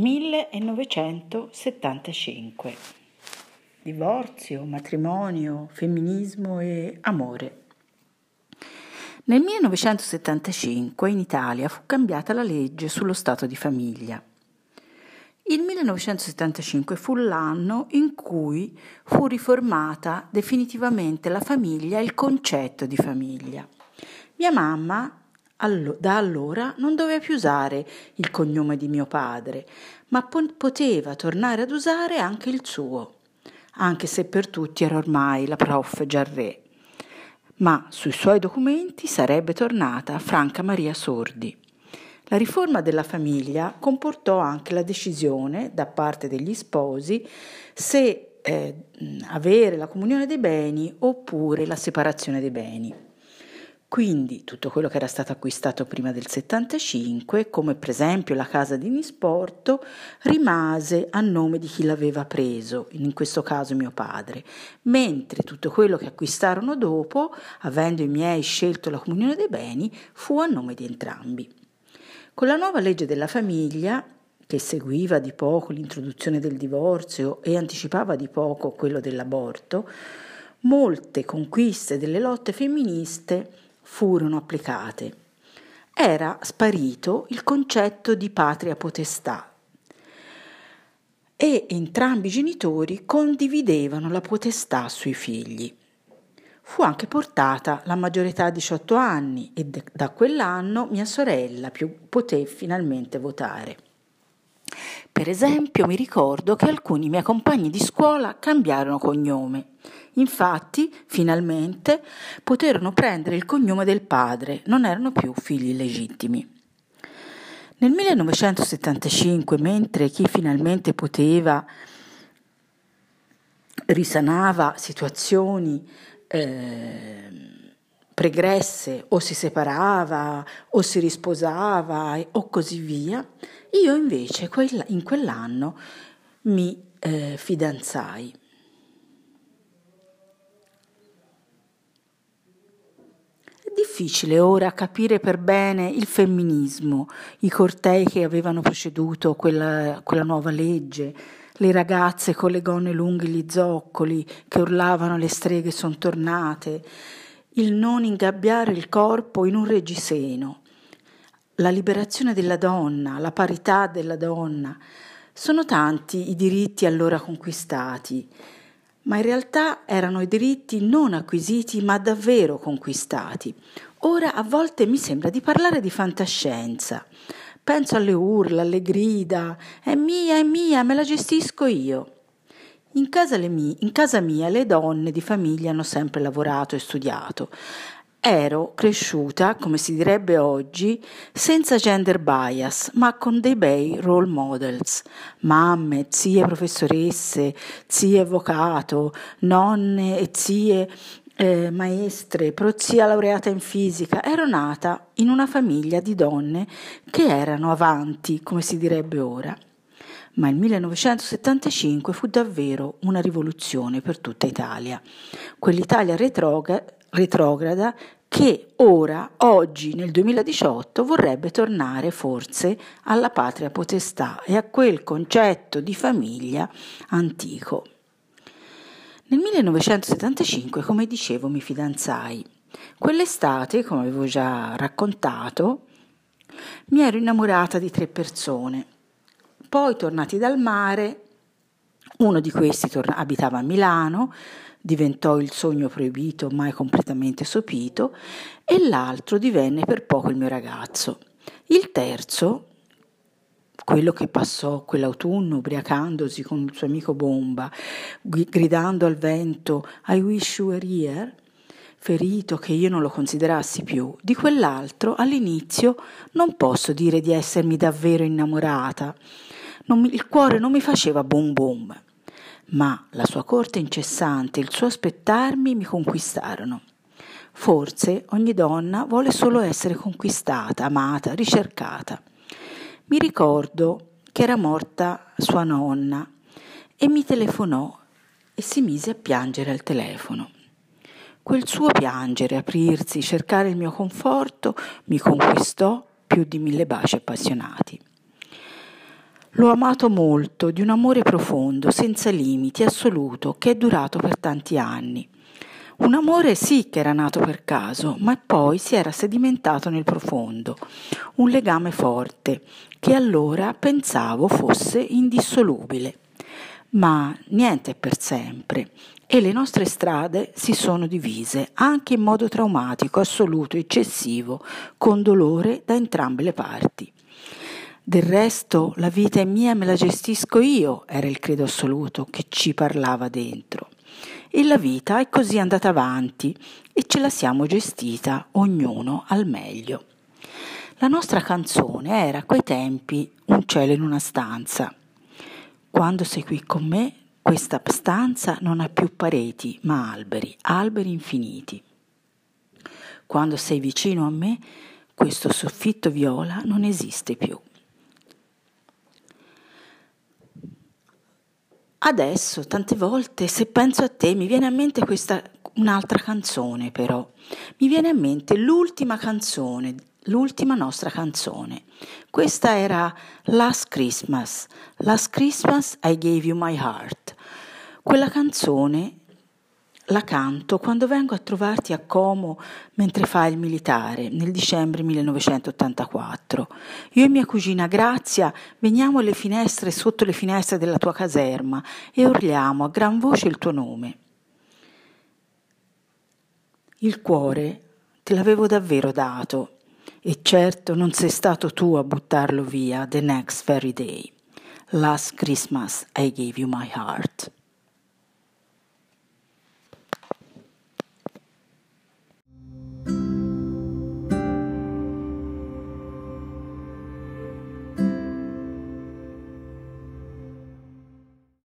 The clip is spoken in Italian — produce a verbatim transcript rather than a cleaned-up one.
millenovecentosettantacinque. Divorzio, matrimonio, femminismo e amore. Nel millenovecentosettantacinque in Italia fu cambiata la legge sullo stato di famiglia. Il millenovecentosettantacinque fu l'anno in cui fu riformata definitivamente la famiglia e il concetto di famiglia. Mia mamma allo- da allora non doveva più usare il cognome di mio padre, ma po- poteva tornare ad usare anche il suo, anche se per tutti era ormai la prof Giarrè, ma sui suoi documenti sarebbe tornata Franca Maria Sordi. La riforma della famiglia comportò anche la decisione da parte degli sposi se eh, avere la comunione dei beni oppure la separazione dei beni. Quindi tutto quello che era stato acquistato prima del settantacinque, come per esempio la casa di Nisporto, rimase a nome di chi l'aveva preso, in questo caso mio padre, mentre tutto quello che acquistarono dopo, avendo i miei scelto la comunione dei beni, fu a nome di entrambi. Con la nuova legge della famiglia, che seguiva di poco l'introduzione del divorzio e anticipava di poco quello dell'aborto, molte conquiste delle lotte femministe furono applicate. Era sparito il concetto di patria potestà e entrambi i genitori condividevano la potestà sui figli. Fu anche portata la maggiore età a diciotto anni e da quell'anno mia sorella poté finalmente votare. Per esempio mi ricordo che alcuni miei compagni di scuola cambiarono cognome. Infatti, finalmente, poterono prendere il cognome del padre, non erano più figli legittimi. Nel millenovecentosettantacinque, mentre chi finalmente poteva risanava situazioni eh, pregresse o si separava o si risposava o così via, io invece in quell'anno mi eh, fidanzai. È difficile ora capire per bene il femminismo, i cortei che avevano preceduto quella, quella nuova legge, le ragazze con le gonne lunghe e gli zoccoli che urlavano le streghe son tornate, il non ingabbiare il corpo in un reggiseno, la liberazione della donna, la parità della donna. Sono tanti i diritti allora conquistati, ma in realtà erano i diritti non acquisiti ma davvero conquistati. Ora a volte mi sembra di parlare di fantascienza. Penso alle urla, alle grida, è mia, è mia, me la gestisco io. In casa, le mie, in casa mia le donne di famiglia hanno sempre lavorato e studiato. Ero cresciuta, come si direbbe oggi, senza gender bias, ma con dei bei role models, mamme, zie professoresse, zie avvocato, nonne e zie eh, maestre, prozia laureata in fisica. Ero nata in una famiglia di donne che erano avanti, come si direbbe ora. Ma il millenovecentosettantacinque fu davvero una rivoluzione per tutta Italia, quell'Italia retroga, retrograda che ora, oggi, nel duemiladiciotto, vorrebbe tornare forse alla patria potestà e a quel concetto di famiglia antico. Nel millenovecentosettantacinque, come dicevo, mi fidanzai. Quell'estate, come avevo già raccontato, mi ero innamorata di tre persone. Poi, tornati dal mare, uno di questi torna- abitava a Milano, diventò il sogno proibito, mai completamente sopito, e l'altro divenne per poco il mio ragazzo. Il terzo, quello che passò quell'autunno ubriacandosi con il suo amico Bomba, gridando al vento I wish you were here, ferito che io non lo considerassi più, di quell'altro all'inizio non posso dire di essermi davvero innamorata. Non mi, il cuore non mi faceva boom boom, ma la sua corte incessante e il suo aspettarmi mi conquistarono. Forse ogni donna vuole solo essere conquistata, amata, ricercata. Mi ricordo che era morta sua nonna e mi telefonò e si mise a piangere al telefono. Quel suo piangere, aprirsi, cercare il mio conforto mi conquistò più di mille baci appassionati. L'ho amato molto, di un amore profondo, senza limiti, assoluto, che è durato per tanti anni. Un amore sì che era nato per caso, ma poi si era sedimentato nel profondo, un legame forte, che allora pensavo fosse indissolubile. Ma niente è per sempre, e le nostre strade si sono divise, anche in modo traumatico, assoluto, eccessivo, con dolore da entrambe le parti. Del resto, la vita è mia, me la gestisco io, era il credo assoluto che ci parlava dentro. E la vita è così andata avanti e ce la siamo gestita, ognuno al meglio. La nostra canzone era a quei tempi Un cielo in una stanza. Quando sei qui con me, questa stanza non ha più pareti, ma alberi, alberi infiniti. Quando sei vicino a me, questo soffitto viola non esiste più. Adesso, tante volte, se penso a te, mi viene a mente questa un'altra canzone, però. Mi viene a mente l'ultima canzone, l'ultima nostra canzone. Questa era Last Christmas. Last Christmas I Gave You My Heart. Quella canzone la canto quando vengo a trovarti a Como mentre fai il militare nel dicembre millenovecentottantaquattro. Io e mia cugina Grazia veniamo alle finestre sotto le finestre della tua caserma e urliamo a gran voce il tuo nome. Il cuore te l'avevo davvero dato e certo non sei stato tu a buttarlo via the next very day. Last Christmas I gave you my heart.